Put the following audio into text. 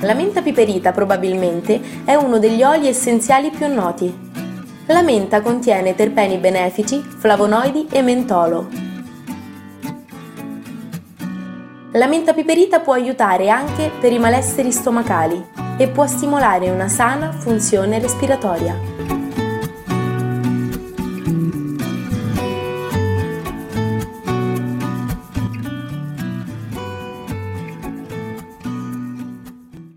La menta piperita probabilmente è uno degli oli essenziali più noti. La menta contiene terpeni benefici, flavonoidi e mentolo. La menta piperita può aiutare anche per i malesseri stomacali e può stimolare una sana funzione respiratoria.